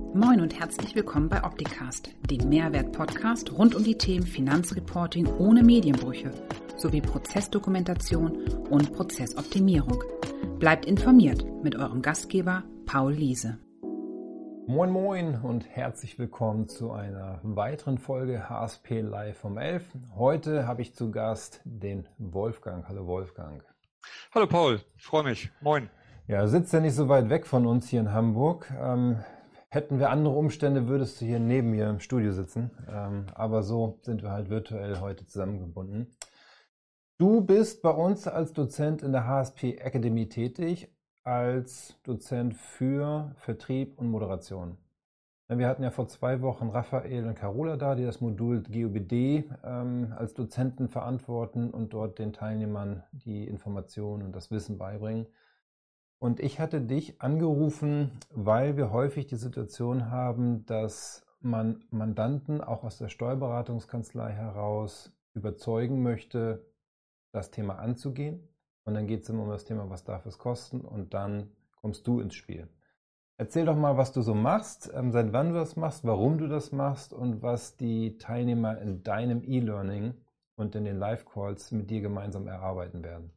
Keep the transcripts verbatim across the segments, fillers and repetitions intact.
Moin und herzlich willkommen bei Opticast, dem Mehrwert-Podcast rund um die Themen Finanzreporting ohne Medienbrüche sowie Prozessdokumentation und Prozessoptimierung. Bleibt informiert mit eurem Gastgeber Paul Liese. Moin Moin und herzlich willkommen zu einer weiteren Folge H S P Live um elf. Heute habe ich zu Gast den Wolfgang. Hallo Wolfgang. Hallo Paul, freue mich. Moin. Ja, sitzt ja nicht so weit weg von uns hier in Hamburg. Ähm, hätten wir andere Umstände, würdest du hier neben mir im Studio sitzen. Ähm, aber so sind wir halt virtuell heute zusammengebunden. Du bist bei uns als Dozent in der H S P Akademie tätig, als Dozent für Vertrieb und Moderation. Wir hatten ja vor zwei Wochen Raphael und Carola da, die das Modul G O B D ähm, als Dozenten verantworten und dort den Teilnehmern die Informationen und das Wissen beibringen. Und ich hatte dich angerufen, weil wir häufig die Situation haben, dass man Mandanten auch aus der Steuerberatungskanzlei heraus überzeugen möchte, das Thema anzugehen. Und dann geht es immer um das Thema, was darf es kosten, und dann kommst du ins Spiel. Erzähl doch mal, was du so machst, ähm, seit wann du das machst, warum du das machst und was die Teilnehmer in deinem E-Learning und in den Live-Calls mit dir gemeinsam erarbeiten werden.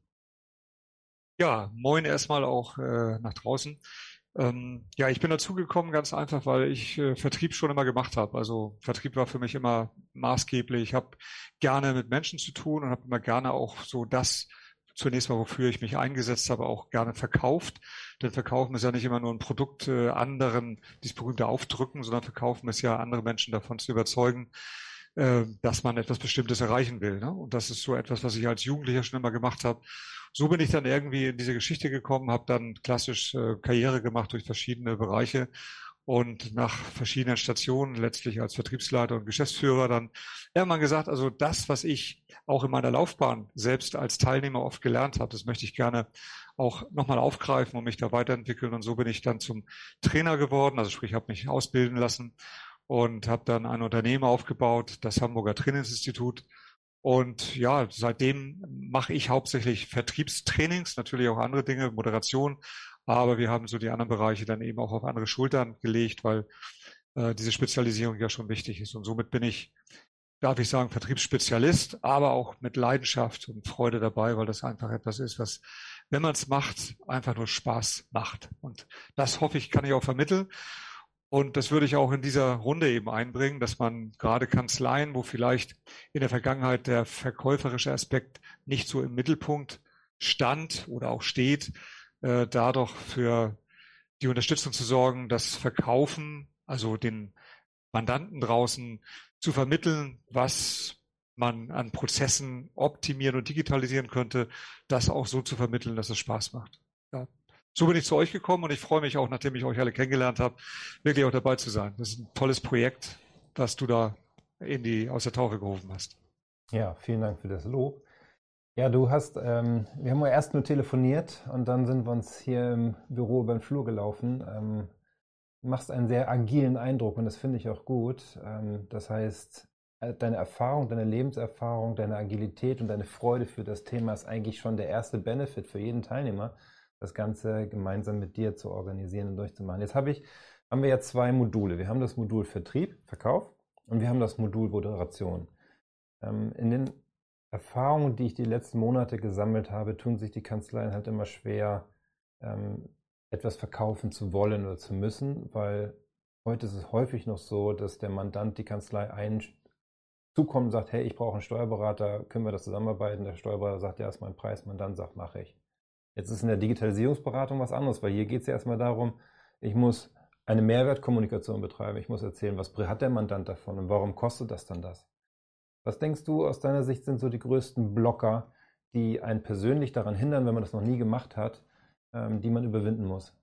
Ja, moin erstmal auch äh, nach draußen. Ähm, ja, ich bin dazugekommen ganz einfach, weil ich äh, Vertrieb schon immer gemacht habe. Also Vertrieb war für mich immer maßgeblich. Ich habe gerne mit Menschen zu tun und habe immer gerne auch so das zunächst mal, wofür ich mich eingesetzt habe, auch gerne verkauft. Denn Verkaufen ist ja nicht immer nur ein Produkt äh, anderen, dieses berühmte Aufdrücken, sondern Verkaufen ist ja, andere Menschen davon zu überzeugen, äh, dass man etwas Bestimmtes erreichen will. Ne? Und das ist so etwas, was ich als Jugendlicher schon immer gemacht habe. So bin ich dann irgendwie in diese Geschichte gekommen, habe dann klassisch äh, Karriere gemacht durch verschiedene Bereiche. Und nach verschiedenen Stationen, letztlich als Vertriebsleiter und Geschäftsführer, dann irgendwann gesagt, also das, was ich auch in meiner Laufbahn selbst als Teilnehmer oft gelernt habe, das möchte ich gerne auch nochmal aufgreifen und mich da weiterentwickeln. Und so bin ich dann zum Trainer geworden, also sprich, habe mich ausbilden lassen und habe dann ein Unternehmen aufgebaut, das Hamburger Trainingsinstitut. Und ja, seitdem mache ich hauptsächlich Vertriebstrainings, natürlich auch andere Dinge, Moderation. Aber wir haben so die anderen Bereiche dann eben auch auf andere Schultern gelegt, weil äh, diese Spezialisierung ja schon wichtig ist. Und somit bin ich, darf ich sagen, Vertriebsspezialist, aber auch mit Leidenschaft und Freude dabei, weil das einfach etwas ist, was, wenn man es macht, einfach nur Spaß macht. Und das hoffe ich, kann ich auch vermitteln. Und das würde ich auch in dieser Runde eben einbringen, dass man gerade Kanzleien, wo vielleicht in der Vergangenheit der verkäuferische Aspekt nicht so im Mittelpunkt stand oder auch steht, äh, da doch für die Unterstützung zu sorgen, das Verkaufen, also den Mandanten draußen zu vermitteln, was man an Prozessen optimieren und digitalisieren könnte, das auch so zu vermitteln, dass es Spaß macht. Ja. So bin ich zu euch gekommen und ich freue mich auch, nachdem ich euch alle kennengelernt habe, wirklich auch dabei zu sein. Das ist ein tolles Projekt, das du da in die, aus der Taufe gerufen hast. Ja, vielen Dank für das Lob. Ja, du hast, ähm, wir haben ja erst nur telefoniert und dann sind wir uns hier im Büro über den Flur gelaufen. Ähm, du machst einen sehr agilen Eindruck und das finde ich auch gut. Ähm, das heißt, deine Erfahrung, deine Lebenserfahrung, deine Agilität und deine Freude für das Thema ist eigentlich schon der erste Benefit für jeden Teilnehmer, das Ganze gemeinsam mit dir zu organisieren und durchzumachen. Jetzt habe ich, haben wir ja zwei Module. Wir haben das Modul Vertrieb, Verkauf und wir haben das Modul Moderation. Ähm, in den Erfahrungen, die ich die letzten Monate gesammelt habe, tun sich die Kanzleien halt immer schwer, ähm, etwas verkaufen zu wollen oder zu müssen, weil heute ist es häufig noch so, dass der Mandant die Kanzlei ein zukommt und sagt, hey, ich brauche einen Steuerberater, können wir das zusammenarbeiten? Der Steuerberater sagt, ja, ist mein Preis, Mandant sagt, mache ich. Jetzt ist in der Digitalisierungsberatung was anderes, weil hier geht es ja erstmal darum, ich muss eine Mehrwertkommunikation betreiben, ich muss erzählen, was hat der Mandant davon und warum kostet das dann das? Was denkst du, aus deiner Sicht sind so die größten Blocker, die einen persönlich daran hindern, wenn man das noch nie gemacht hat, ähm, die man überwinden muss?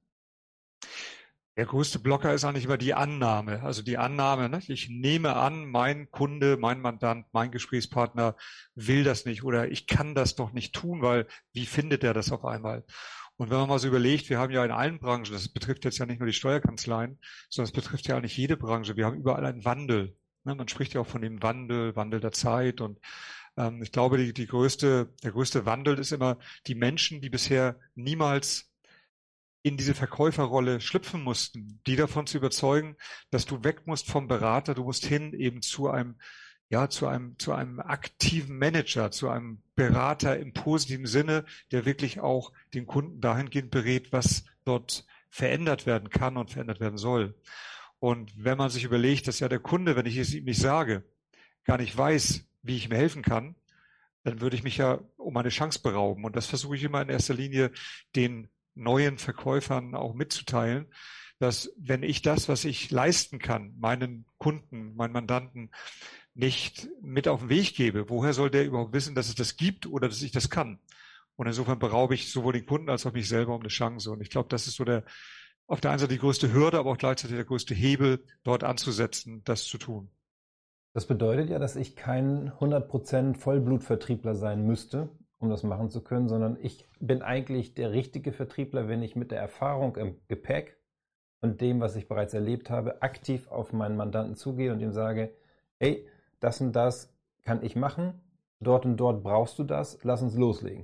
Der größte Blocker ist eigentlich immer die Annahme. Also die Annahme, ne? Ich nehme an, mein Kunde, mein Mandant, mein Gesprächspartner will das nicht oder ich kann das doch nicht tun, weil wie findet er das auf einmal? Und wenn man mal so überlegt, wir haben ja in allen Branchen, das betrifft jetzt ja nicht nur die Steuerkanzleien, sondern es betrifft ja eigentlich jede Branche, wir haben überall einen Wandel. Man spricht ja auch von dem Wandel, Wandel der Zeit und ähm, ich glaube, die, die größte, der größte Wandel ist immer die Menschen, die bisher niemals in diese Verkäuferrolle schlüpfen mussten, die davon zu überzeugen, dass du weg musst vom Berater, du musst hin eben zu einem, ja, zu einem, zu einem aktiven Manager, zu einem Berater im positiven Sinne, der wirklich auch den Kunden dahingehend berät, was dort verändert werden kann und verändert werden soll. Und wenn man sich überlegt, dass ja der Kunde, wenn ich es ihm nicht sage, gar nicht weiß, wie ich ihm helfen kann, dann würde ich mich ja um meine Chance berauben. Und das versuche ich immer in erster Linie den neuen Verkäufern auch mitzuteilen, dass wenn ich das, was ich leisten kann, meinen Kunden, meinen Mandanten nicht mit auf den Weg gebe, woher soll der überhaupt wissen, dass es das gibt oder dass ich das kann? Und insofern beraube ich sowohl den Kunden als auch mich selber um eine Chance. Und ich glaube, das ist so der, auf der einen Seite die größte Hürde, aber auch gleichzeitig der größte Hebel, dort anzusetzen, das zu tun. Das bedeutet ja, dass ich kein hundert Prozent Vollblutvertriebler sein müsste, um das machen zu können, sondern ich bin eigentlich der richtige Vertriebler, wenn ich mit der Erfahrung im Gepäck und dem, was ich bereits erlebt habe, aktiv auf meinen Mandanten zugehe und ihm sage, hey, das und das kann ich machen, dort und dort brauchst du das, lass uns loslegen.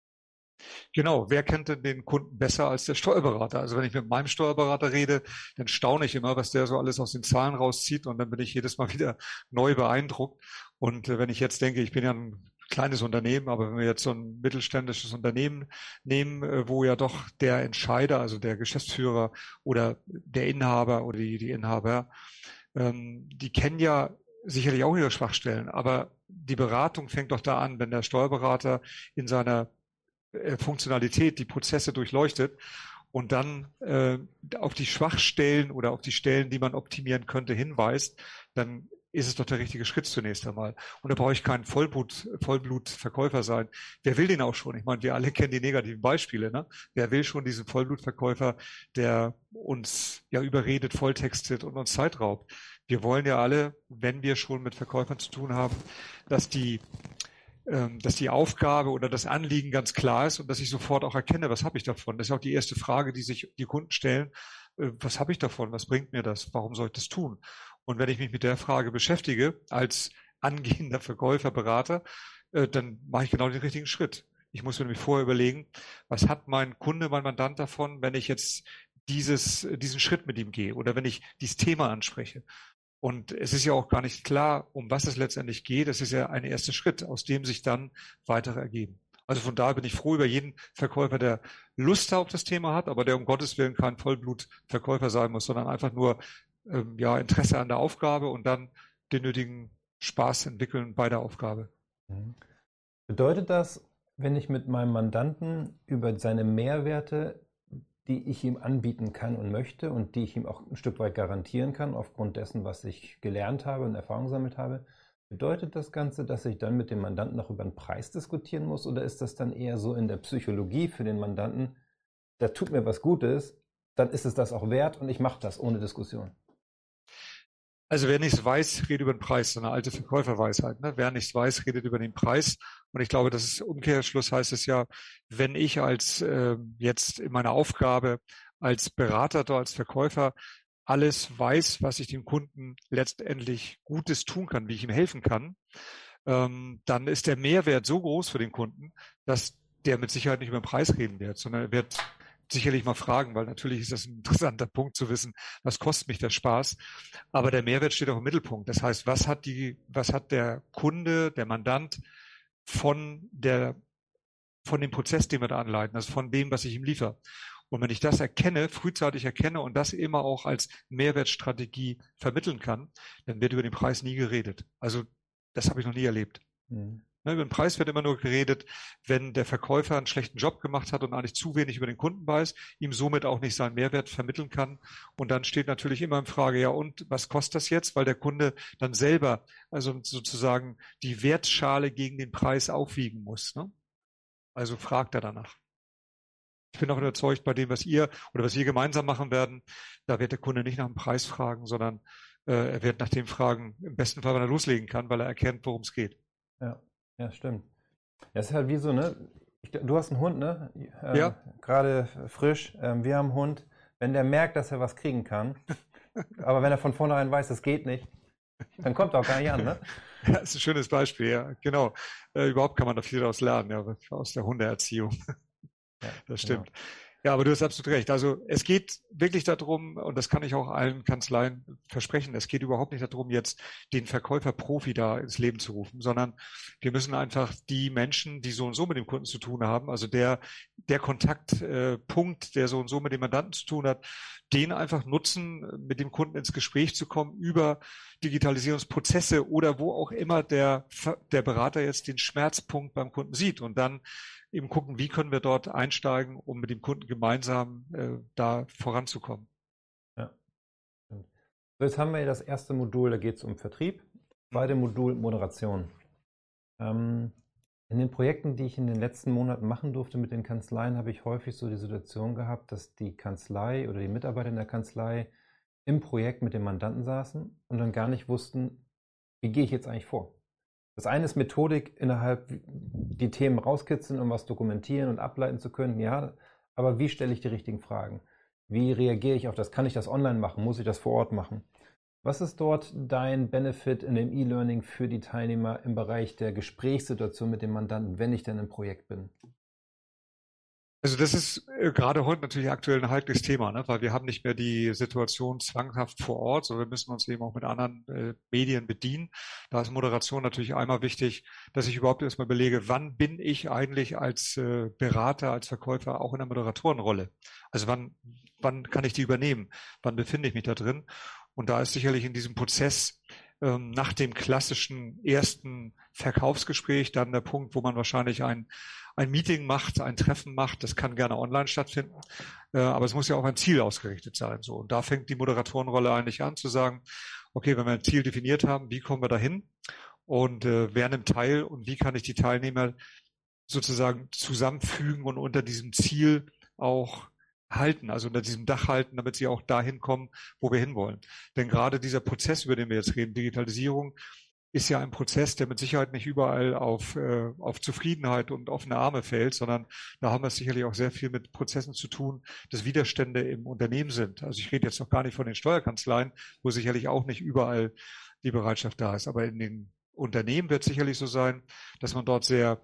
Genau, wer kennt denn den Kunden besser als der Steuerberater? Also wenn ich mit meinem Steuerberater rede, dann staune ich immer, was der so alles aus den Zahlen rauszieht und dann bin ich jedes Mal wieder neu beeindruckt. Und wenn ich jetzt denke, ich bin ja ein kleines Unternehmen, aber wenn wir jetzt so ein mittelständisches Unternehmen nehmen, wo ja doch der Entscheider, also der Geschäftsführer oder der Inhaber oder die, die Inhaber, ähm, die kennen ja sicherlich auch ihre Schwachstellen, aber die Beratung fängt doch da an, wenn der Steuerberater in seiner Funktionalität, die Prozesse durchleuchtet und dann äh, auf die Schwachstellen oder auf die Stellen, die man optimieren könnte, hinweist, dann ist es doch der richtige Schritt zunächst einmal. Und da brauche ich kein Vollblut, Vollblutverkäufer sein. Wer will den auch schon? Ich meine, wir alle kennen die negativen Beispiele. Ne? Wer will schon diesen Vollblutverkäufer, der uns ja überredet, volltextet und uns Zeit raubt? Wir wollen ja alle, wenn wir schon mit Verkäufern zu tun haben, dass die dass die Aufgabe oder das Anliegen ganz klar ist und dass ich sofort auch erkenne, was habe ich davon. Das ist auch die erste Frage, die sich die Kunden stellen. Was habe ich davon? Was bringt mir das? Warum soll ich das tun? Und wenn ich mich mit der Frage beschäftige, als angehender Verkäufer, Berater, dann mache ich genau den richtigen Schritt. Ich muss mir nämlich vorher überlegen, was hat mein Kunde, mein Mandant davon, wenn ich jetzt dieses, diesen Schritt mit ihm gehe oder wenn ich dieses Thema anspreche. Und es ist ja auch gar nicht klar, um was es letztendlich geht. Es ist ja ein erster Schritt, aus dem sich dann weitere ergeben. Also von daher bin ich froh über jeden Verkäufer, der Lust auf das Thema hat, aber der um Gottes Willen kein Vollblutverkäufer sein muss, sondern einfach nur ähm, ja, Interesse an der Aufgabe und dann den nötigen Spaß entwickeln bei der Aufgabe. Bedeutet das, wenn ich mit meinem Mandanten über seine Mehrwerte, die ich ihm anbieten kann und möchte und die ich ihm auch ein Stück weit garantieren kann, aufgrund dessen, was ich gelernt habe und Erfahrung gesammelt habe, bedeutet das Ganze, dass ich dann mit dem Mandanten noch über den Preis diskutieren muss oder ist das dann eher so in der Psychologie für den Mandanten, da tut mir was Gutes, dann ist es das auch wert und ich mache das ohne Diskussion? Also wer nichts weiß, redet über den Preis. So eine alte Verkäuferweisheit. Ne? Wer nichts weiß, redet über den Preis. Und ich glaube, das ist Umkehrschluss heißt es ja, wenn ich als äh, jetzt in meiner Aufgabe als Berater, als Verkäufer alles weiß, was ich dem Kunden letztendlich Gutes tun kann, wie ich ihm helfen kann, ähm, dann ist der Mehrwert so groß für den Kunden, dass der mit Sicherheit nicht über den Preis reden wird, sondern er wird sicherlich mal fragen, weil natürlich ist das ein interessanter Punkt zu wissen, was kostet mich der Spaß. Aber der Mehrwert steht auch im Mittelpunkt. Das heißt, was hat die, was hat der Kunde, der Mandant von der, von dem Prozess, den wir da anleiten, also von dem, was ich ihm liefere. Und wenn ich das erkenne, frühzeitig erkenne und das immer auch als Mehrwertstrategie vermitteln kann, dann wird über den Preis nie geredet. Also das habe ich noch nie erlebt. Mhm. Über den Preis wird immer nur geredet, wenn der Verkäufer einen schlechten Job gemacht hat und eigentlich zu wenig über den Kunden weiß, ihm somit auch nicht seinen Mehrwert vermitteln kann. Und dann steht natürlich immer in Frage, ja und, was kostet das jetzt? Weil der Kunde dann selber, also sozusagen die Wertschale gegen den Preis aufwiegen muss. Ne? Also fragt er danach. Ich bin auch überzeugt, bei dem, was ihr oder was wir gemeinsam machen werden, da wird der Kunde nicht nach dem Preis fragen, sondern äh, er wird nach dem fragen, im besten Fall, wann er loslegen kann, weil er erkennt, worum es geht. Ja. Ja, stimmt. Das ist halt wie so, ne? Ich, du hast einen Hund, ne? Äh, ja. Gerade frisch. Ähm, wir haben einen Hund. Wenn der merkt, dass er was kriegen kann, aber wenn er von vornherein weiß, das geht nicht, dann kommt er auch gar nicht an, ne? Ja, das ist ein schönes Beispiel, ja, genau. Äh, überhaupt kann man da viel daraus lernen, ja, aus der Hundeerziehung. Ja, das stimmt. Ja, aber du hast absolut recht. Also es geht wirklich darum, und das kann ich auch allen Kanzleien versprechen, es geht überhaupt nicht darum, jetzt den Verkäufer-Profi da ins Leben zu rufen, sondern wir müssen einfach die Menschen, die so und so mit dem Kunden zu tun haben, also der, der Kontaktpunkt, äh, der so und so mit dem Mandanten zu tun hat, den einfach nutzen, mit dem Kunden ins Gespräch zu kommen über Digitalisierungsprozesse oder wo auch immer der, der Berater jetzt den Schmerzpunkt beim Kunden sieht und dann eben gucken, wie können wir dort einsteigen, um mit dem Kunden gemeinsam äh, da voranzukommen. Ja. So, jetzt haben wir ja das erste Modul, da geht es um Vertrieb. Zweite Modul Moderation. Ähm, in den Projekten, die ich in den letzten Monaten machen durfte mit den Kanzleien, habe ich häufig so die Situation gehabt, dass die Kanzlei oder die Mitarbeiter in der Kanzlei im Projekt mit dem Mandanten saßen und dann gar nicht wussten, wie gehe ich jetzt eigentlich vor. Das eine ist Methodik, innerhalb die Themen rauskitzeln, um was dokumentieren und ableiten zu können. Ja, aber wie stelle ich die richtigen Fragen? Wie reagiere ich auf das? Kann ich das online machen? Muss ich das vor Ort machen? Was ist dort dein Benefit in dem E-Learning für die Teilnehmer im Bereich der Gesprächssituation mit dem Mandanten, wenn ich denn im Projekt bin? Also das ist äh, gerade heute natürlich aktuell ein heikles Thema, ne? Weil wir haben nicht mehr die Situation zwanghaft vor Ort, sondern wir müssen uns eben auch mit anderen äh, Medien bedienen. Da ist Moderation natürlich einmal wichtig, dass ich überhaupt erstmal überlege, wann bin ich eigentlich als äh, Berater, als Verkäufer auch in der Moderatorenrolle? Also wann, wann kann ich die übernehmen? Wann befinde ich mich da drin? Und da ist sicherlich in diesem Prozess ähm, nach dem klassischen ersten Verkaufsgespräch dann der Punkt, wo man wahrscheinlich ein ein Meeting macht, ein Treffen macht, das kann gerne online stattfinden, äh, aber es muss ja auch ein Ziel ausgerichtet sein. So. Und da fängt die Moderatorenrolle eigentlich an, zu sagen, okay, wenn wir ein Ziel definiert haben, wie kommen wir dahin und äh, wer nimmt teil und wie kann ich die Teilnehmer sozusagen zusammenfügen und unter diesem Ziel auch halten, also unter diesem Dach halten, damit sie auch dahin kommen, wo wir hinwollen. Denn gerade dieser Prozess, über den wir jetzt reden, Digitalisierung, ist ja ein Prozess, der mit Sicherheit nicht überall auf, äh, auf Zufriedenheit und offene Arme fällt, sondern da haben wir sicherlich auch sehr viel mit Prozessen zu tun, dass Widerstände im Unternehmen sind. Also ich rede jetzt noch gar nicht von den Steuerkanzleien, wo sicherlich auch nicht überall die Bereitschaft da ist. Aber in den Unternehmen wird es sicherlich so sein, dass man dort sehr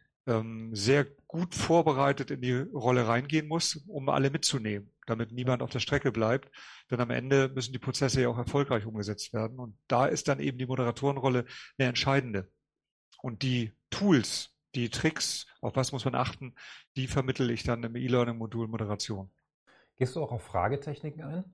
ähm, sehr gut vorbereitet in die Rolle reingehen muss, um alle mitzunehmen, damit niemand auf der Strecke bleibt. Denn am Ende müssen die Prozesse ja auch erfolgreich umgesetzt werden. Und da ist dann eben die Moderatorenrolle eine entscheidende. Und die Tools, die Tricks, auf was muss man achten, die vermittle ich dann im E-Learning-Modul Moderation. Gehst du auch auf Fragetechniken ein?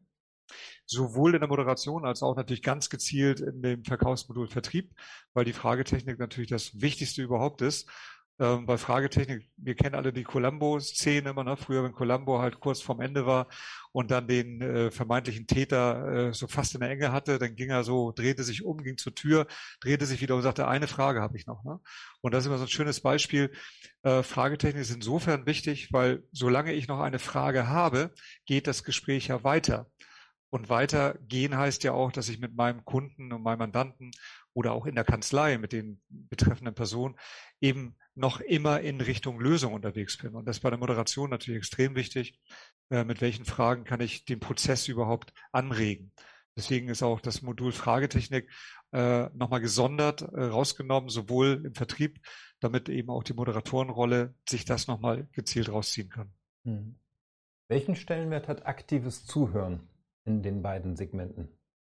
Sowohl in der Moderation als auch natürlich ganz gezielt in dem Verkaufsmodul Vertrieb, weil die Fragetechnik natürlich das Wichtigste überhaupt ist. Ähm, bei Fragetechnik, wir kennen alle die Columbo-Szene immer, ne? Früher, wenn Columbo halt kurz vorm Ende war und dann den äh, vermeintlichen Täter äh, so fast in der Enge hatte, dann ging er so, drehte sich um, ging zur Tür, drehte sich wieder und sagte, eine Frage habe ich noch. Ne? Und das ist immer so ein schönes Beispiel. Äh, Fragetechnik ist insofern wichtig, weil solange ich noch eine Frage habe, geht das Gespräch ja weiter. Und weitergehen heißt ja auch, dass ich mit meinem Kunden und meinem Mandanten oder auch in der Kanzlei mit den betreffenden Personen eben noch immer in Richtung Lösung unterwegs bin. Und das ist bei der Moderation natürlich extrem wichtig. Äh, mit welchen Fragen kann ich den Prozess überhaupt anregen? Deswegen ist auch das Modul Fragetechnik äh, nochmal gesondert äh, rausgenommen, sowohl im Vertrieb, damit eben auch die Moderatorenrolle sich das nochmal gezielt rausziehen kann. Hm. Welchen Stellenwert hat aktives Zuhören in den beiden Segmenten?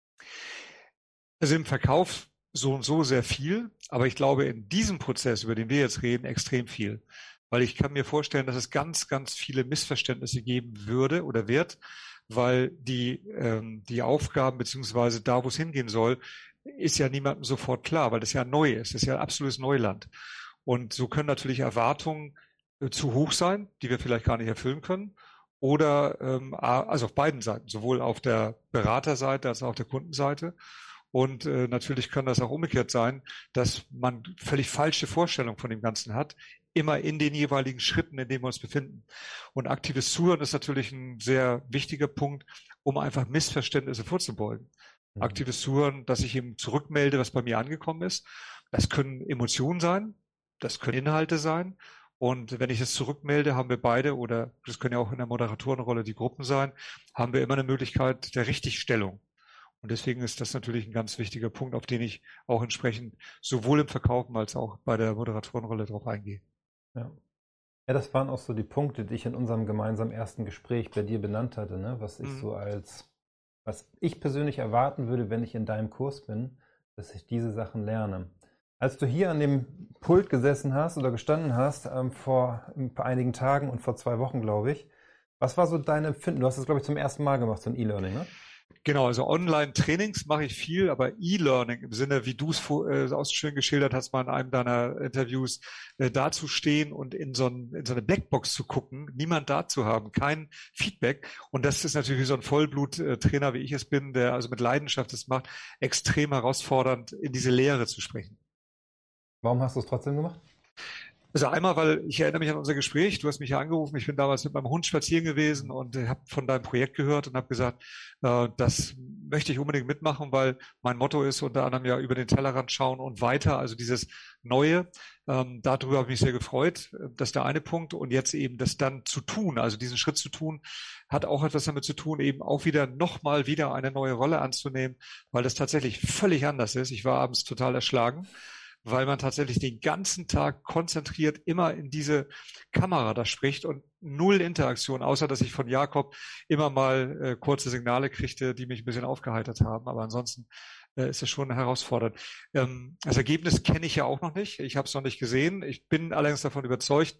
Also im Verkauf so und so sehr viel, aber ich glaube in diesem Prozess, über den wir jetzt reden, extrem viel. Weil ich kann mir vorstellen, dass es ganz, ganz viele Missverständnisse geben würde oder wird, weil die, ähm, die Aufgaben beziehungsweise da, wo es hingehen soll, ist ja niemandem sofort klar, weil das ja neu ist. Das ist ja ein absolutes Neuland. Und so können natürlich Erwartungen äh, zu hoch sein, die wir vielleicht gar nicht erfüllen können. Oder ähm, also auf beiden Seiten, sowohl auf der Beraterseite als auch auf der Kundenseite. Und äh, natürlich kann das auch umgekehrt sein, dass man völlig falsche Vorstellungen von dem Ganzen hat, immer in den jeweiligen Schritten, in denen wir uns befinden. Und aktives Zuhören ist natürlich ein sehr wichtiger Punkt, um einfach Missverständnisse vorzubeugen. Mhm. Aktives Zuhören, dass ich eben zurückmelde, was bei mir angekommen ist. Das können Emotionen sein, das können Inhalte sein. Und wenn ich es zurückmelde, haben wir beide, oder das können ja auch in der Moderatorenrolle die Gruppen sein, haben wir immer eine Möglichkeit der Richtigstellung. Und deswegen ist das natürlich ein ganz wichtiger Punkt, auf den ich auch entsprechend sowohl im Verkaufen als auch bei der Moderatorenrolle drauf eingehe. Ja. Ja, das waren auch so die Punkte, die ich in unserem gemeinsamen ersten Gespräch bei dir benannt hatte, ne? Was ich Mhm. so als, was ich persönlich erwarten würde, wenn ich in deinem Kurs bin, dass ich diese Sachen lerne. Als du hier an dem Pult gesessen hast oder gestanden hast, ähm, vor einigen Tagen und vor zwei Wochen, glaube ich, was war so dein Empfinden? Du hast das, glaube ich, zum ersten Mal gemacht, so ein E-Learning, ne? Genau, also Online-Trainings mache ich viel, aber E-Learning im Sinne, wie du es äh, auch so schön geschildert hast, mal in einem deiner Interviews, äh, da zu stehen und in so, ein, in so eine Blackbox zu gucken, niemand da zu haben, kein Feedback. Und das ist natürlich für so ein Vollblut-Trainer, wie ich es bin, der also mit Leidenschaft das macht, extrem herausfordernd, in diese Lehre zu sprechen. Warum hast du es trotzdem gemacht? Also einmal, weil ich erinnere mich an unser Gespräch, du hast mich ja angerufen, ich bin damals mit meinem Hund spazieren gewesen und habe von deinem Projekt gehört und habe gesagt, äh, das möchte ich unbedingt mitmachen, weil mein Motto ist unter anderem ja über den Tellerrand schauen und weiter, also dieses Neue. Ähm, darüber habe ich mich sehr gefreut, das ist der eine Punkt. Und jetzt eben das dann zu tun, also diesen Schritt zu tun, hat auch etwas damit zu tun, eben auch wieder nochmal wieder eine neue Rolle anzunehmen, weil das tatsächlich völlig anders ist. Ich war abends total erschlagen, weil man tatsächlich den ganzen Tag konzentriert immer in diese Kamera da spricht und null Interaktion, außer dass ich von Jakob immer mal äh, kurze Signale kriegte, die mich ein bisschen aufgeheitert haben. Aber ansonsten äh, ist es schon herausfordernd. Ähm, das Ergebnis kenne ich ja auch noch nicht. Ich habe es noch nicht gesehen. Ich bin allerdings davon überzeugt,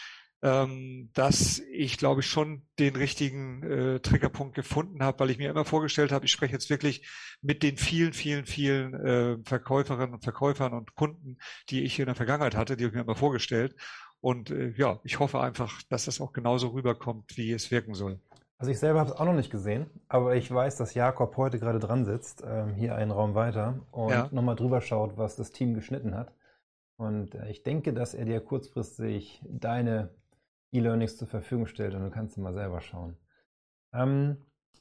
ähm, dass ich, glaube ich, schon den richtigen äh, Triggerpunkt gefunden habe, weil ich mir immer vorgestellt habe, ich spreche jetzt wirklich mit den vielen, vielen, vielen äh, Verkäuferinnen und Verkäufern und Kunden, die ich in der Vergangenheit hatte, die habe ich mir immer vorgestellt. Und äh, ja, ich hoffe einfach, dass das auch genauso rüberkommt, wie es wirken soll. Also ich selber habe es auch noch nicht gesehen, aber ich weiß, dass Jakob heute gerade dran sitzt, ähm, hier einen Raum weiter und Ja. nochmal drüber schaut, was das Team geschnitten hat. Und äh, ich denke, dass er dir kurzfristig deine E-Learnings zur Verfügung stellt und du kannst mal selber schauen. Ähm,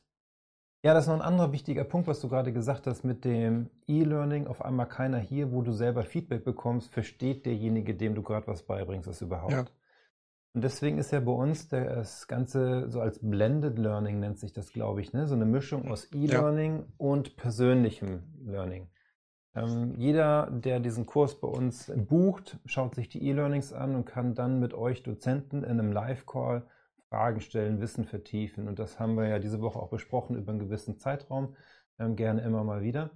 ja, das ist noch ein anderer wichtiger Punkt, was du gerade gesagt hast mit dem E-Learning. Auf einmal keiner hier, wo du selber Feedback bekommst, versteht derjenige, dem du gerade was beibringst, das überhaupt. Ja. Und deswegen ist ja bei uns das Ganze so als Blended Learning nennt sich das, glaube ich, ne? So eine Mischung aus E-Learning ja. und persönlichem Learning. Ähm, jeder, der diesen Kurs bei uns bucht, schaut sich die E-Learnings an und kann dann mit euch Dozenten in einem Live-Call Fragen stellen, Wissen vertiefen. Und das haben wir ja diese Woche auch besprochen über einen gewissen Zeitraum, ähm, gerne immer mal wieder.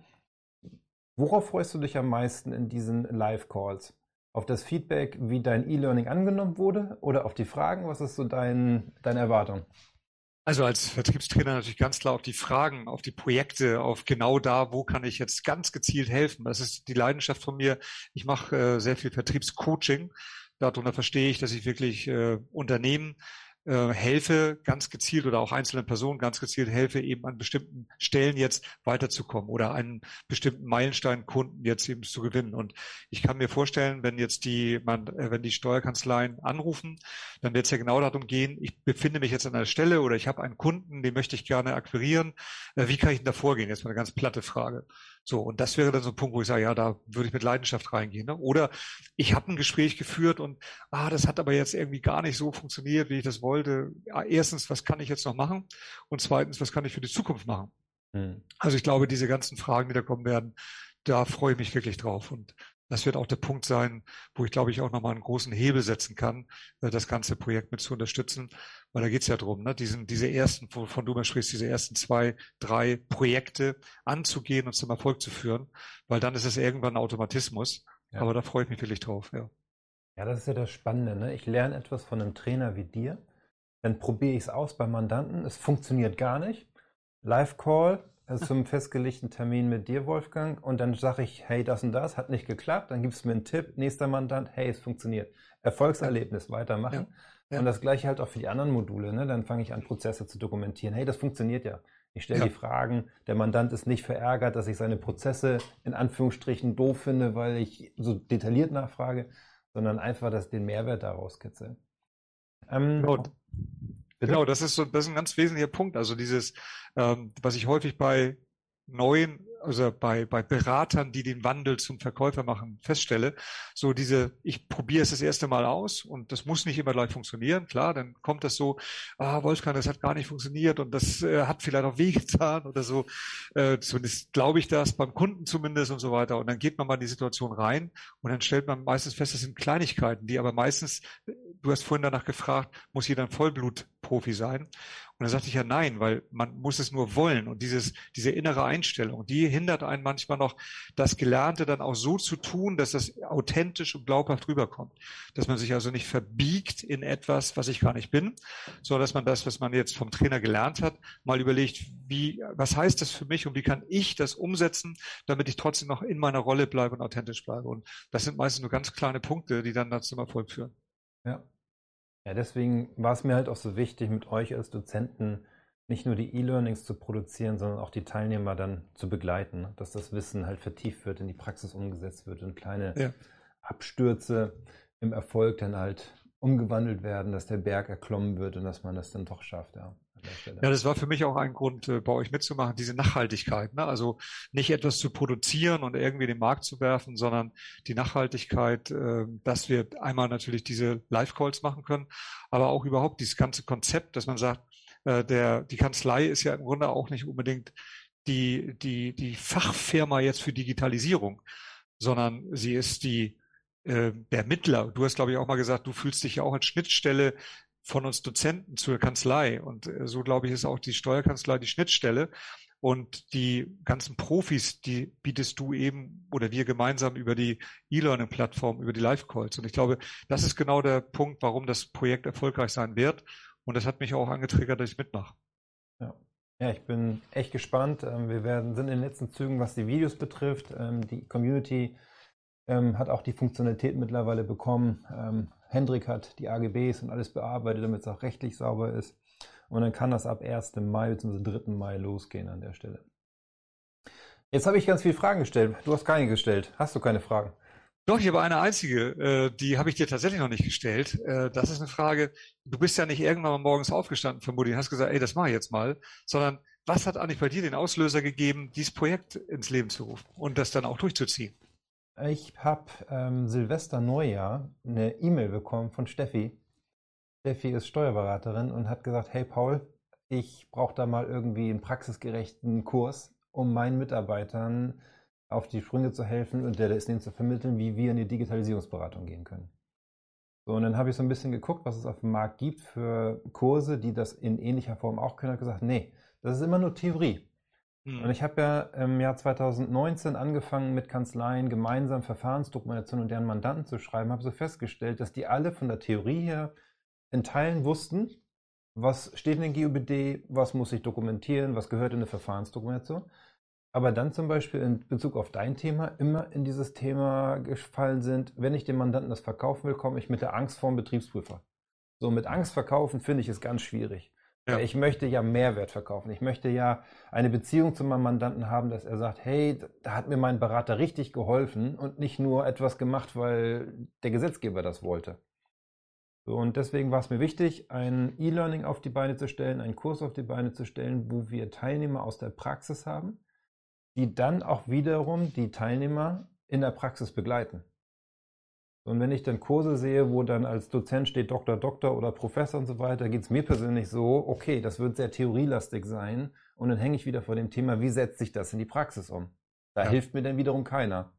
Worauf freust du dich am meisten in diesen Live-Calls? Auf das Feedback, wie dein E-Learning angenommen wurde oder auf die Fragen? Was ist so dein, deine Erwartung? Also als Vertriebstrainer natürlich ganz klar auf die Fragen, auf die Projekte, auf genau da, wo kann ich jetzt ganz gezielt helfen. Das ist die Leidenschaft von mir. Ich mache äh, sehr viel Vertriebscoaching. Darunter verstehe ich, dass ich wirklich äh, Unternehmen äh, helfe, ganz gezielt oder auch einzelnen Personen ganz gezielt helfe, eben an bestimmten Stellen jetzt weiterzukommen oder einen bestimmten Meilenstein-Kunden jetzt eben zu gewinnen. Und ich kann mir vorstellen, wenn jetzt die, man, äh, wenn die Steuerkanzleien anrufen, dann wird es ja genau darum gehen, ich befinde mich jetzt an einer Stelle oder ich habe einen Kunden, den möchte ich gerne akquirieren. Äh, wie kann ich denn da vorgehen? Jetzt mal eine ganz platte Frage. So, und das wäre dann so ein Punkt, wo ich sage, ja, da würde ich mit Leidenschaft reingehen. Ne? Oder ich habe ein Gespräch geführt und ah, das hat aber jetzt irgendwie gar nicht so funktioniert, wie ich das wollte. Ja, erstens, was kann ich jetzt noch machen? Und zweitens, was kann ich für die Zukunft machen? Hm. Also ich glaube, diese ganzen Fragen, die da kommen werden, da freue ich mich wirklich drauf. Und das wird auch der Punkt sein, wo ich, glaube ich, auch nochmal einen großen Hebel setzen kann, das ganze Projekt mit zu unterstützen. Weil da geht es ja darum, ne, diesen, diese ersten, wovon du mal sprichst, diese ersten zwei, drei Projekte anzugehen und zum Erfolg zu führen. Weil dann ist es irgendwann ein Automatismus. Ja. Aber da freue ich mich wirklich drauf, ja. Ja, das ist ja das Spannende, ne? Ich lerne etwas von einem Trainer wie dir, dann probiere ich es aus beim Mandanten, es funktioniert gar nicht. Live-Call, also zum festgelegten Termin mit dir, Wolfgang, und dann sage ich, hey, das und das hat nicht geklappt, dann gibst du mir einen Tipp, nächster Mandant, hey, es funktioniert. Erfolgserlebnis, weitermachen. Ja. Ja. Und das gleiche halt auch für die anderen Module, ne? Dann fange ich an, Prozesse zu dokumentieren. Hey, das funktioniert ja. Ich stelle ja. die Fragen, der Mandant ist nicht verärgert, dass ich seine Prozesse in Anführungsstrichen doof finde, weil ich so detailliert nachfrage, sondern einfach, dass den Mehrwert daraus kitzeln. Ähm, genau. genau, das ist so, das ist ein ganz wesentlicher Punkt. Also dieses, ähm, was ich häufig bei neuen, also bei, bei Beratern, die den Wandel zum Verkäufer machen, feststelle, so diese, ich probiere es das erste Mal aus und das muss nicht immer gleich funktionieren, klar, dann kommt das so, ah, Wolfgang, das hat gar nicht funktioniert und das äh, hat vielleicht auch wehgetan oder so, äh, zumindest glaube ich das, beim Kunden zumindest und so weiter, und dann geht man mal in die Situation rein und dann stellt man meistens fest, das sind Kleinigkeiten, die aber meistens, du hast vorhin danach gefragt, muss jeder ein Vollblutprofi sein? Und dann sagte ich ja nein, weil man muss es nur wollen. Und dieses, diese innere Einstellung, die hindert einen manchmal noch, das Gelernte dann auch so zu tun, dass das authentisch und glaubhaft rüberkommt. Dass man sich also nicht verbiegt in etwas, was ich gar nicht bin, sondern dass man das, was man jetzt vom Trainer gelernt hat, mal überlegt, wie, was heißt das für mich und wie kann ich das umsetzen, damit ich trotzdem noch in meiner Rolle bleibe und authentisch bleibe. Und das sind meistens nur ganz kleine Punkte, die dann zum Erfolg führen. Ja. Ja, deswegen war es mir halt auch so wichtig, mit euch als Dozenten nicht nur die E-Learnings zu produzieren, sondern auch die Teilnehmer dann zu begleiten, dass das Wissen halt vertieft wird, in die Praxis umgesetzt wird und kleine ja. Abstürze im Erfolg dann halt umgewandelt werden, dass der Berg erklommen wird und dass man das dann doch schafft, ja. Ja, das war für mich auch ein Grund, bei euch mitzumachen, diese Nachhaltigkeit, ne? Also nicht etwas zu produzieren und irgendwie in den Markt zu werfen, sondern die Nachhaltigkeit, dass wir einmal natürlich diese Live-Calls machen können, aber auch überhaupt dieses ganze Konzept, dass man sagt, der, die Kanzlei ist ja im Grunde auch nicht unbedingt die, die, die Fachfirma jetzt für Digitalisierung, sondern sie ist die, der Mittler. Du hast, glaube ich, auch mal gesagt, du fühlst dich ja auch als Schnittstelle von uns Dozenten zur Kanzlei. Und so, glaube ich, ist auch die Steuerkanzlei die Schnittstelle. Und die ganzen Profis, die bietest du eben oder wir gemeinsam über die E-Learning-Plattform, über die Live-Calls. Und ich glaube, das ist genau der Punkt, warum das Projekt erfolgreich sein wird. Und das hat mich auch angetriggert, dass ich mitmache. Ja. Ja, ich bin echt gespannt. Wir werden, sind in den letzten Zügen, was die Videos betrifft. Die Community hat auch die Funktionalität mittlerweile bekommen. Hendrik hat die A G Bs und alles bearbeitet, damit es auch rechtlich sauber ist. Und dann kann das ab ersten Mai bzw. dritten Mai losgehen an der Stelle. Jetzt habe ich ganz viele Fragen gestellt. Du hast keine gestellt. Hast du keine Fragen? Doch, ich habe eine einzige. Die habe ich dir tatsächlich noch nicht gestellt. Das ist eine Frage, du bist ja nicht irgendwann mal morgens aufgestanden, vermutlich, und hast gesagt, ey, das mache ich jetzt mal. Sondern, was hat eigentlich bei dir den Auslöser gegeben, dieses Projekt ins Leben zu rufen und das dann auch durchzuziehen? Ich habe ähm, Silvester Neujahr eine E-Mail bekommen von Steffi. Steffi ist Steuerberaterin und hat gesagt, hey Paul, ich brauche da mal irgendwie einen praxisgerechten Kurs, um meinen Mitarbeitern auf die Sprünge zu helfen und der ist denen zu vermitteln, wie wir in die Digitalisierungsberatung gehen können. So, und dann habe ich so ein bisschen geguckt, was es auf dem Markt gibt für Kurse, die das in ähnlicher Form auch können. Und gesagt, nee, das ist immer nur Theorie. Und ich habe ja im Jahr zweitausendneunzehn angefangen, mit Kanzleien gemeinsam Verfahrensdokumentation und deren Mandanten zu schreiben, habe so festgestellt, dass die alle von der Theorie her in Teilen wussten, was steht in den G U B D, was muss ich dokumentieren, was gehört in eine Verfahrensdokumentation. Aber dann zum Beispiel in Bezug auf dein Thema immer in dieses Thema gefallen sind, wenn ich dem Mandanten das verkaufen will, komme ich mit der Angst vor dem Betriebsprüfer. So, mit Angst verkaufen finde ich es ganz schwierig. Ja. Ich möchte ja Mehrwert verkaufen. Ich möchte ja eine Beziehung zu meinem Mandanten haben, dass er sagt, hey, da hat mir mein Berater richtig geholfen und nicht nur etwas gemacht, weil der Gesetzgeber das wollte. So, und deswegen war es mir wichtig, ein E-Learning auf die Beine zu stellen, einen Kurs auf die Beine zu stellen, wo wir Teilnehmer aus der Praxis haben, die dann auch wiederum die Teilnehmer in der Praxis begleiten. Und wenn ich dann Kurse sehe, wo dann als Dozent steht Doktor, Doktor oder Professor und so weiter, geht es mir persönlich so, okay, das wird sehr theorielastig sein und dann hänge ich wieder vor dem Thema, wie setzt sich das in die Praxis um? Da ja. hilft mir dann wiederum keiner.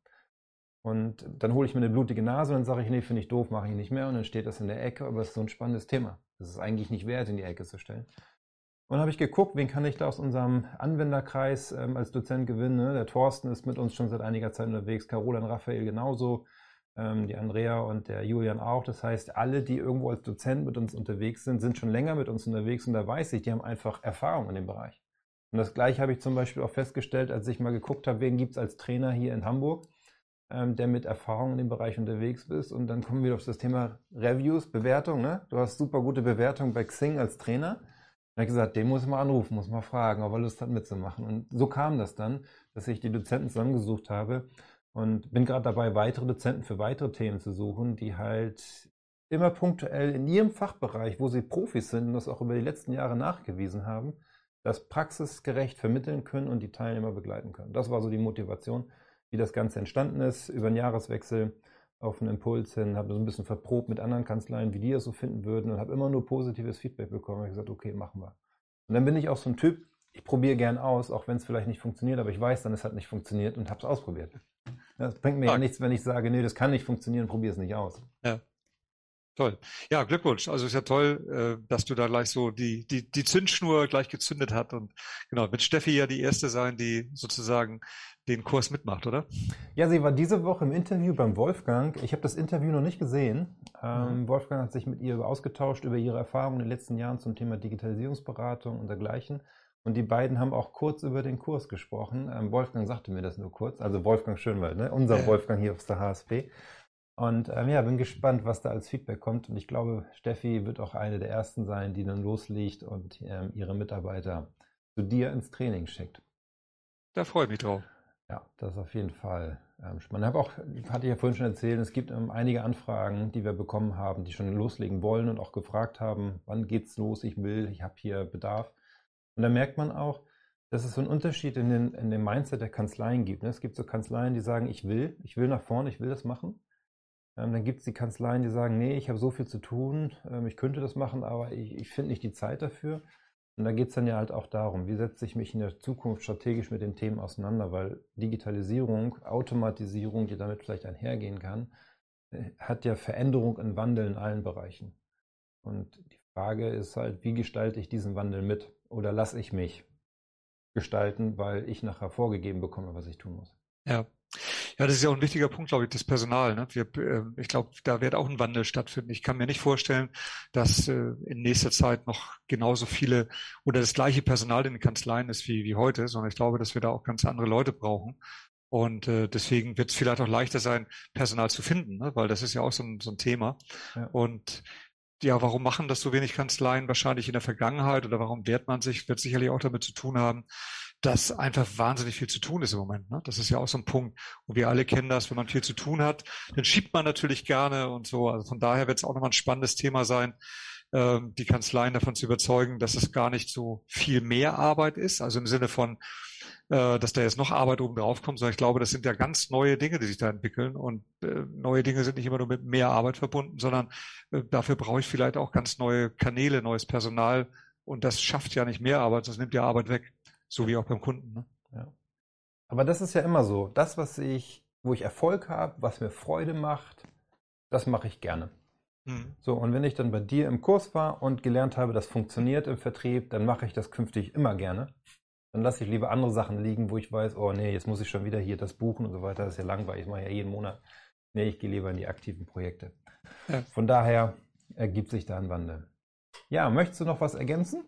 Und dann hole ich mir eine blutige Nase und dann sage ich, nee, finde ich doof, mache ich nicht mehr und dann steht das in der Ecke, aber es ist so ein spannendes Thema. Das ist eigentlich nicht wert, in die Ecke zu stellen. Und dann habe ich geguckt, wen kann ich da aus unserem Anwenderkreis ähm, als Dozent gewinnen. Ne? Der Thorsten ist mit uns schon seit einiger Zeit unterwegs, Carola und Raphael genauso. Die Andrea und der Julian auch. Das heißt, alle, die irgendwo als Dozent mit uns unterwegs sind, sind schon länger mit uns unterwegs und da weiß ich, die haben einfach Erfahrung in dem Bereich. Und das Gleiche habe ich zum Beispiel auch festgestellt, als ich mal geguckt habe, wen gibt es als Trainer hier in Hamburg, ähm, der mit Erfahrung in dem Bereich unterwegs ist. Und dann kommen wir auf das Thema Reviews, Bewertung. Ne? Du hast super gute Bewertung bei Xing als Trainer. Und da habe ich gesagt, den muss ich mal anrufen, muss mal fragen, ob er Lust hat mitzumachen. Und so kam das dann, dass ich die Dozenten zusammengesucht habe. Und bin gerade dabei, weitere Dozenten für weitere Themen zu suchen, die halt immer punktuell in ihrem Fachbereich, wo sie Profis sind und das auch über die letzten Jahre nachgewiesen haben, das praxisgerecht vermitteln können und die Teilnehmer begleiten können. Das war so die Motivation, wie das Ganze entstanden ist, über den Jahreswechsel auf einen Impuls hin, habe so ein bisschen verprobt mit anderen Kanzleien, wie die es so finden würden und habe immer nur positives Feedback bekommen. Ich habe gesagt, okay, machen wir. Und dann bin ich auch so ein Typ, ich probiere gern aus, auch wenn es vielleicht nicht funktioniert, aber ich weiß dann, es hat nicht funktioniert und habe es ausprobiert. Das bringt mir ja nichts, wenn ich sage, nee, das kann nicht funktionieren, probiere es nicht aus. Ja. Toll. Ja, Glückwunsch. Also ist ja toll, dass du da gleich so die, die, die Zündschnur gleich gezündet hat und genau, wird Steffi ja die Erste sein, die sozusagen den Kurs mitmacht, oder? Ja, sie war diese Woche im Interview beim Wolfgang. Ich habe das Interview noch nicht gesehen. Ähm, mhm. Wolfgang hat sich mit ihr ausgetauscht über ihre Erfahrungen in den letzten Jahren zum Thema Digitalisierungsberatung und dergleichen. Und die beiden haben auch kurz über den Kurs gesprochen. Ähm, Wolfgang sagte mir das nur kurz. Also Wolfgang Schönwald, ne? Unser ja. Wolfgang hier aus der H S P. Und ähm, ja, bin gespannt, was da als Feedback kommt. Und ich glaube, Steffi wird auch eine der Ersten sein, die dann loslegt und ähm, ihre Mitarbeiter zu dir ins Training schickt. Da freue ich mich drauf. Ja, das ist auf jeden Fall ähm, spannend. Ich habe auch, hatte ich ja vorhin schon erzählt, es gibt ähm, einige Anfragen, die wir bekommen haben, die schon loslegen wollen und auch gefragt haben, wann geht's los, ich will, ich habe hier Bedarf. Und da merkt man auch, dass es so einen Unterschied in, den, in dem Mindset der Kanzleien gibt. Es gibt so Kanzleien, die sagen, ich will, ich will nach vorne, ich will das machen. Ähm, dann gibt es die Kanzleien, die sagen, nee, ich habe so viel zu tun, ähm, ich könnte das machen, aber ich, ich finde nicht die Zeit dafür. Und da geht es dann ja halt auch darum, wie setze ich mich in der Zukunft strategisch mit den Themen auseinander, weil Digitalisierung, Automatisierung, die damit vielleicht einhergehen kann, hat ja Veränderung und Wandel in allen Bereichen. Und die Frage ist halt, wie gestalte ich diesen Wandel mit? Oder lasse ich mich gestalten, weil ich nachher vorgegeben bekomme, was ich tun muss? Ja. Ja, das ist ja auch ein wichtiger Punkt, glaube ich, das Personal. Ne? Wir, äh, ich glaube, da wird auch ein Wandel stattfinden. Ich kann mir nicht vorstellen, dass äh, in nächster Zeit noch genauso viele oder das gleiche Personal in den Kanzleien ist wie, wie heute, sondern ich glaube, dass wir da auch ganz andere Leute brauchen. Und äh, deswegen wird es vielleicht auch leichter sein, Personal zu finden, ne? Weil das ist ja auch so ein, so ein Thema. Ja. Und ja, warum machen das so wenig Kanzleien wahrscheinlich in der Vergangenheit oder warum wehrt man sich, wird sicherlich auch damit zu tun haben, dass einfach wahnsinnig viel zu tun ist im Moment. Ne? Das ist ja auch so ein Punkt, wo wir alle kennen das, wenn man viel zu tun hat, dann schiebt man natürlich gerne und so. Also von daher wird es auch nochmal ein spannendes Thema sein, ähm, die Kanzleien davon zu überzeugen, dass es gar nicht so viel mehr Arbeit ist, also im Sinne von, äh, dass da jetzt noch Arbeit oben drauf kommt, sondern ich glaube, das sind ja ganz neue Dinge, die sich da entwickeln und äh, neue Dinge sind nicht immer nur mit mehr Arbeit verbunden, sondern äh, dafür brauche ich vielleicht auch ganz neue Kanäle, neues Personal und das schafft ja nicht mehr Arbeit, das nimmt ja Arbeit weg. So wie auch beim Kunden. Ne? Ja. Aber das ist ja immer so. Das, was ich, wo ich Erfolg habe, was mir Freude macht, das mache ich gerne. Mhm. So, und wenn ich dann bei dir im Kurs war und gelernt habe, das funktioniert im Vertrieb, dann mache ich das künftig immer gerne. Dann lasse ich lieber andere Sachen liegen, wo ich weiß, oh nee, jetzt muss ich schon wieder hier das buchen und so weiter. Das ist ja langweilig, ich mache ja jeden Monat. Nee, ich gehe lieber in die aktiven Projekte. Ja. Von daher ergibt sich da ein Wandel. Ja, möchtest du noch was ergänzen?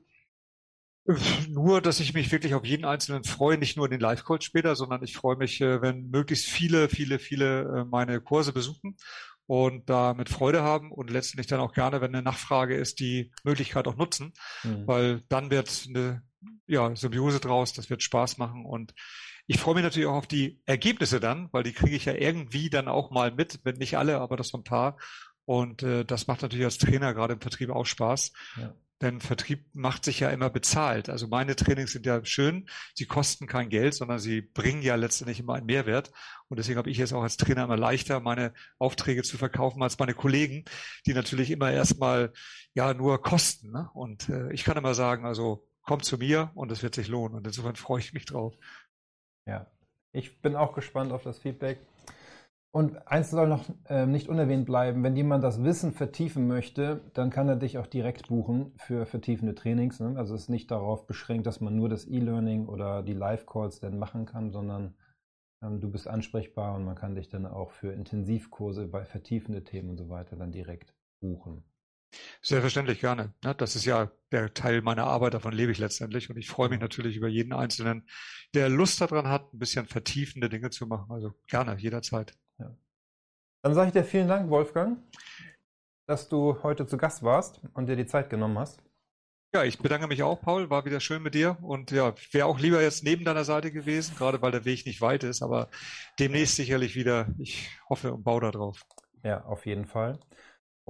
Nur, dass ich mich wirklich auf jeden Einzelnen freue, nicht nur in den Live-Calls später, sondern ich freue mich, wenn möglichst viele, viele, viele meine Kurse besuchen und da mit Freude haben und letztendlich dann auch gerne, wenn eine Nachfrage ist, die Möglichkeit auch nutzen, mhm. weil dann wird eine ja, Symbiose draus, das wird Spaß machen und ich freue mich natürlich auch auf die Ergebnisse dann, weil die kriege ich ja irgendwie dann auch mal mit, wenn nicht alle, aber das so ein paar und äh, das macht natürlich als Trainer gerade im Vertrieb auch Spaß. Ja. Denn Vertrieb macht sich ja immer bezahlt. Also meine Trainings sind ja schön, sie kosten kein Geld, sondern sie bringen ja letztendlich immer einen Mehrwert. Und deswegen habe ich es auch als Trainer immer leichter, meine Aufträge zu verkaufen als meine Kollegen, die natürlich immer erstmal ja nur kosten. Ne? Und äh, ich kann immer sagen, also kommt zu mir und es wird sich lohnen. Und insofern freue ich mich drauf. Ja, ich bin auch gespannt auf das Feedback. Und eins soll noch äh, nicht unerwähnt bleiben, wenn jemand das Wissen vertiefen möchte, dann kann er dich auch direkt buchen für vertiefende Trainings. Ne? Also es ist nicht darauf beschränkt, dass man nur das E-Learning oder die Live-Calls dann machen kann, sondern ähm, du bist ansprechbar und man kann dich dann auch für Intensivkurse bei vertiefende Themen und so weiter dann direkt buchen. Selbstverständlich gerne. Ja, das ist ja der Teil meiner Arbeit, davon lebe ich letztendlich und ich freue mich natürlich über jeden Einzelnen, der Lust daran hat, ein bisschen vertiefende Dinge zu machen. Also gerne, jederzeit. Ja. Dann sage ich dir vielen Dank, Wolfgang, dass du heute zu Gast warst und dir die Zeit genommen hast. Ja, ich bedanke mich auch, Paul. War wieder schön mit dir. Und ja, ich wäre auch lieber jetzt neben deiner Seite gewesen, gerade weil der Weg nicht weit ist. Aber demnächst sicherlich wieder. Ich hoffe und baue da drauf. Ja, auf jeden Fall.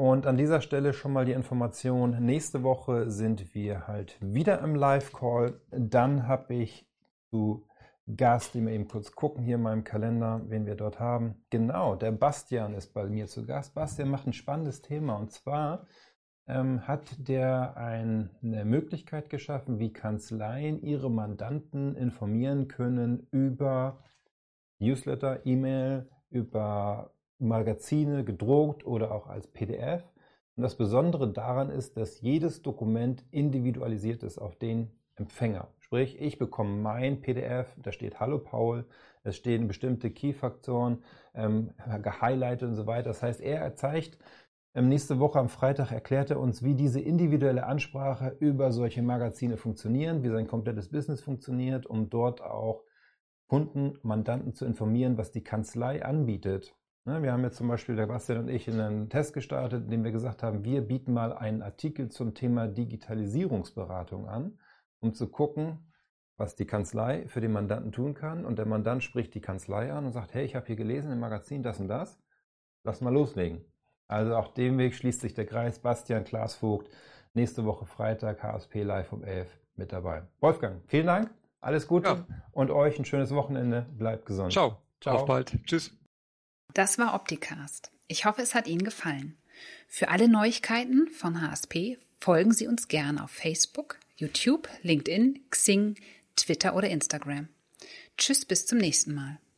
Und an dieser Stelle schon mal die Information, nächste Woche sind wir halt wieder im Live-Call. Dann habe ich zu Gast, die wir eben kurz gucken hier in meinem Kalender, wen wir dort haben. Genau, der Bastian ist bei mir zu Gast. Bastian macht ein spannendes Thema und zwar ähm, hat der ein, eine Möglichkeit geschaffen, wie Kanzleien ihre Mandanten informieren können über Newsletter, E-Mail, über Magazine, gedruckt oder auch als P D F. Und das Besondere daran ist, dass jedes Dokument individualisiert ist auf den Empfänger. Sprich, ich bekomme mein P D F, da steht Hallo Paul, es stehen bestimmte Key-Faktoren, ähm, gehighlightet und so weiter. Das heißt, er zeigt, ähm, nächste Woche am Freitag erklärt er uns, wie diese individuelle Ansprache über solche Magazine funktionieren, wie sein komplettes Business funktioniert, um dort auch Kunden, Mandanten zu informieren, was die Kanzlei anbietet. Wir haben jetzt zum Beispiel, der Bastian und ich, einen Test gestartet, in dem wir gesagt haben, wir bieten mal einen Artikel zum Thema Digitalisierungsberatung an, um zu gucken, was die Kanzlei für den Mandanten tun kann. Und der Mandant spricht die Kanzlei an und sagt, hey, ich habe hier gelesen im Magazin das und das, lass mal loslegen. Also auch dem Weg schließt sich der Kreis. Bastian Klaasvogt, nächste Woche Freitag, H S P Live um elf mit dabei. Wolfgang, vielen Dank, alles Gute ja. Und euch ein schönes Wochenende. Bleibt gesund. Ciao, Ciao. Auf bald. Tschüss. Das war Opticast. Ich hoffe, es hat Ihnen gefallen. Für alle Neuigkeiten von H S P folgen Sie uns gerne auf Facebook, YouTube, LinkedIn, Xing, Twitter oder Instagram. Tschüss, bis zum nächsten Mal.